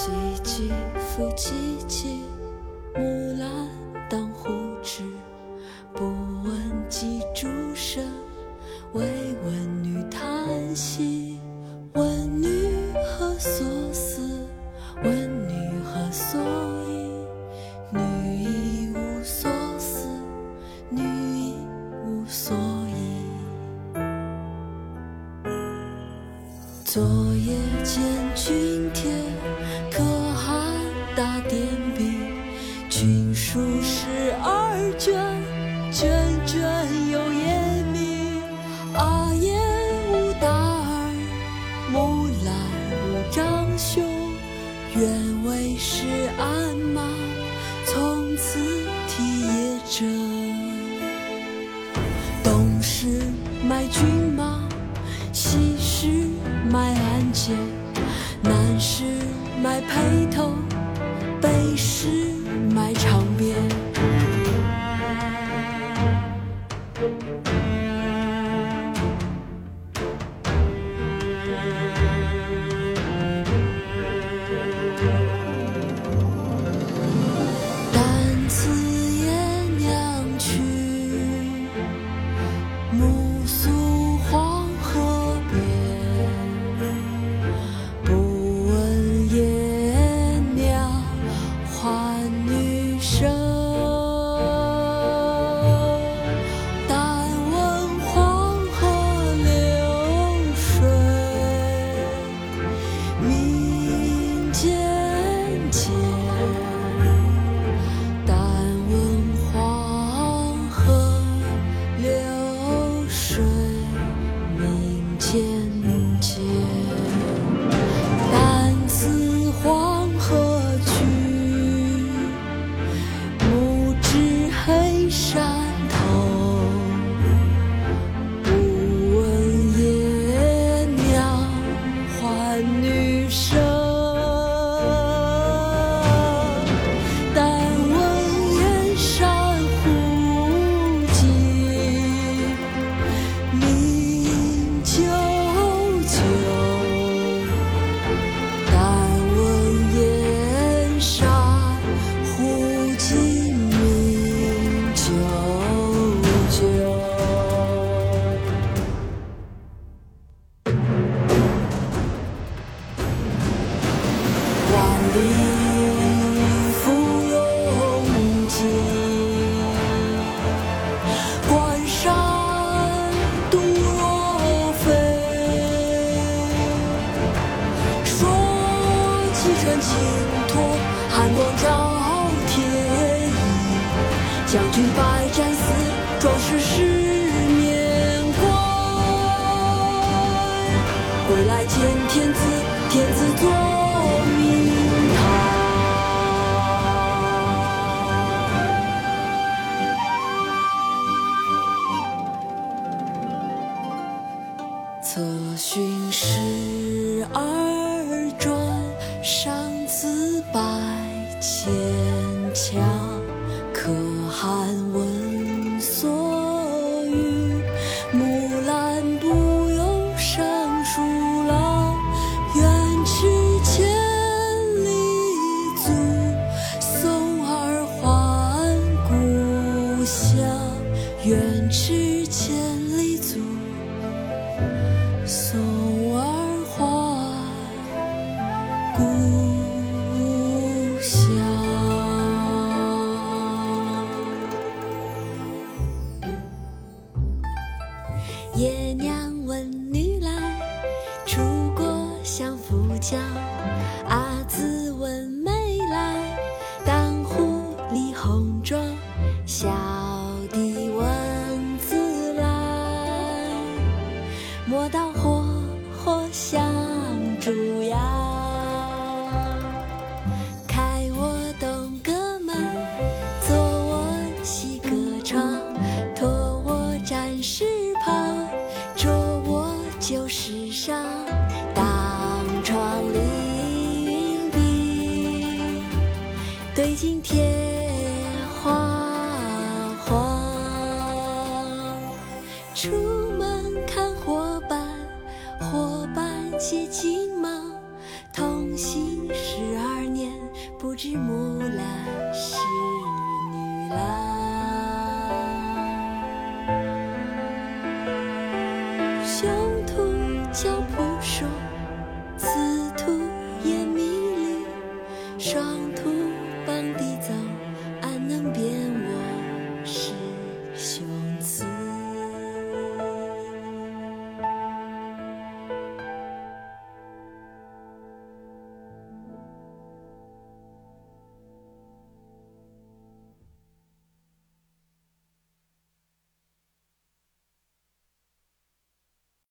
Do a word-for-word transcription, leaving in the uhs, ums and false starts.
唧唧复唧唧，木兰当户织。不闻机杼声，惟闻女叹息。问女何所思？问女何所忆？女亦无所思，女亦无所忆。昨夜见军帖，可汗大典笔。军书十二卷，卷卷有夜密。阿爷无大儿，木兰无长兄。愿为是鞍马，从此蹄也真。东时买骏马，西时买鞍鞯。南时买辔头，北时买长鞭。旦辞爷娘去，暮宿黄河边。不闻爷娘唤女声，但闻黄河流水鸣溅溅。但闻黄河流水鸣溅溅。旦辞黄河去，暮至黑山头。不闻爷娘唤女声，但闻燕山胡骑鸣啾啾。但闻燕山胡骑鸣啾啾。万里赴戎机，关山度若飞。说起传轻托，汉光照天意。将军百战死，壮士十年归。归来见天子，天子坐明堂。策勋十二转，上自百千强。可汗闻所语，木兰不用尚书郎。愿驰千里足，送儿还故乡。愿驰千里足，送儿还故乡。爷娘问女来，出国相夫教。阿姊问妹来，当户理红妆。小弟问姊来，磨刀霍霍香烛摇。开我东阁门，坐我西阁床。脱我战士袍，着我旧时裳。当窗理云鬓，对镜贴花黄。出门看伙伴，伙伴携金毛。同行十二不知木兰是女郎。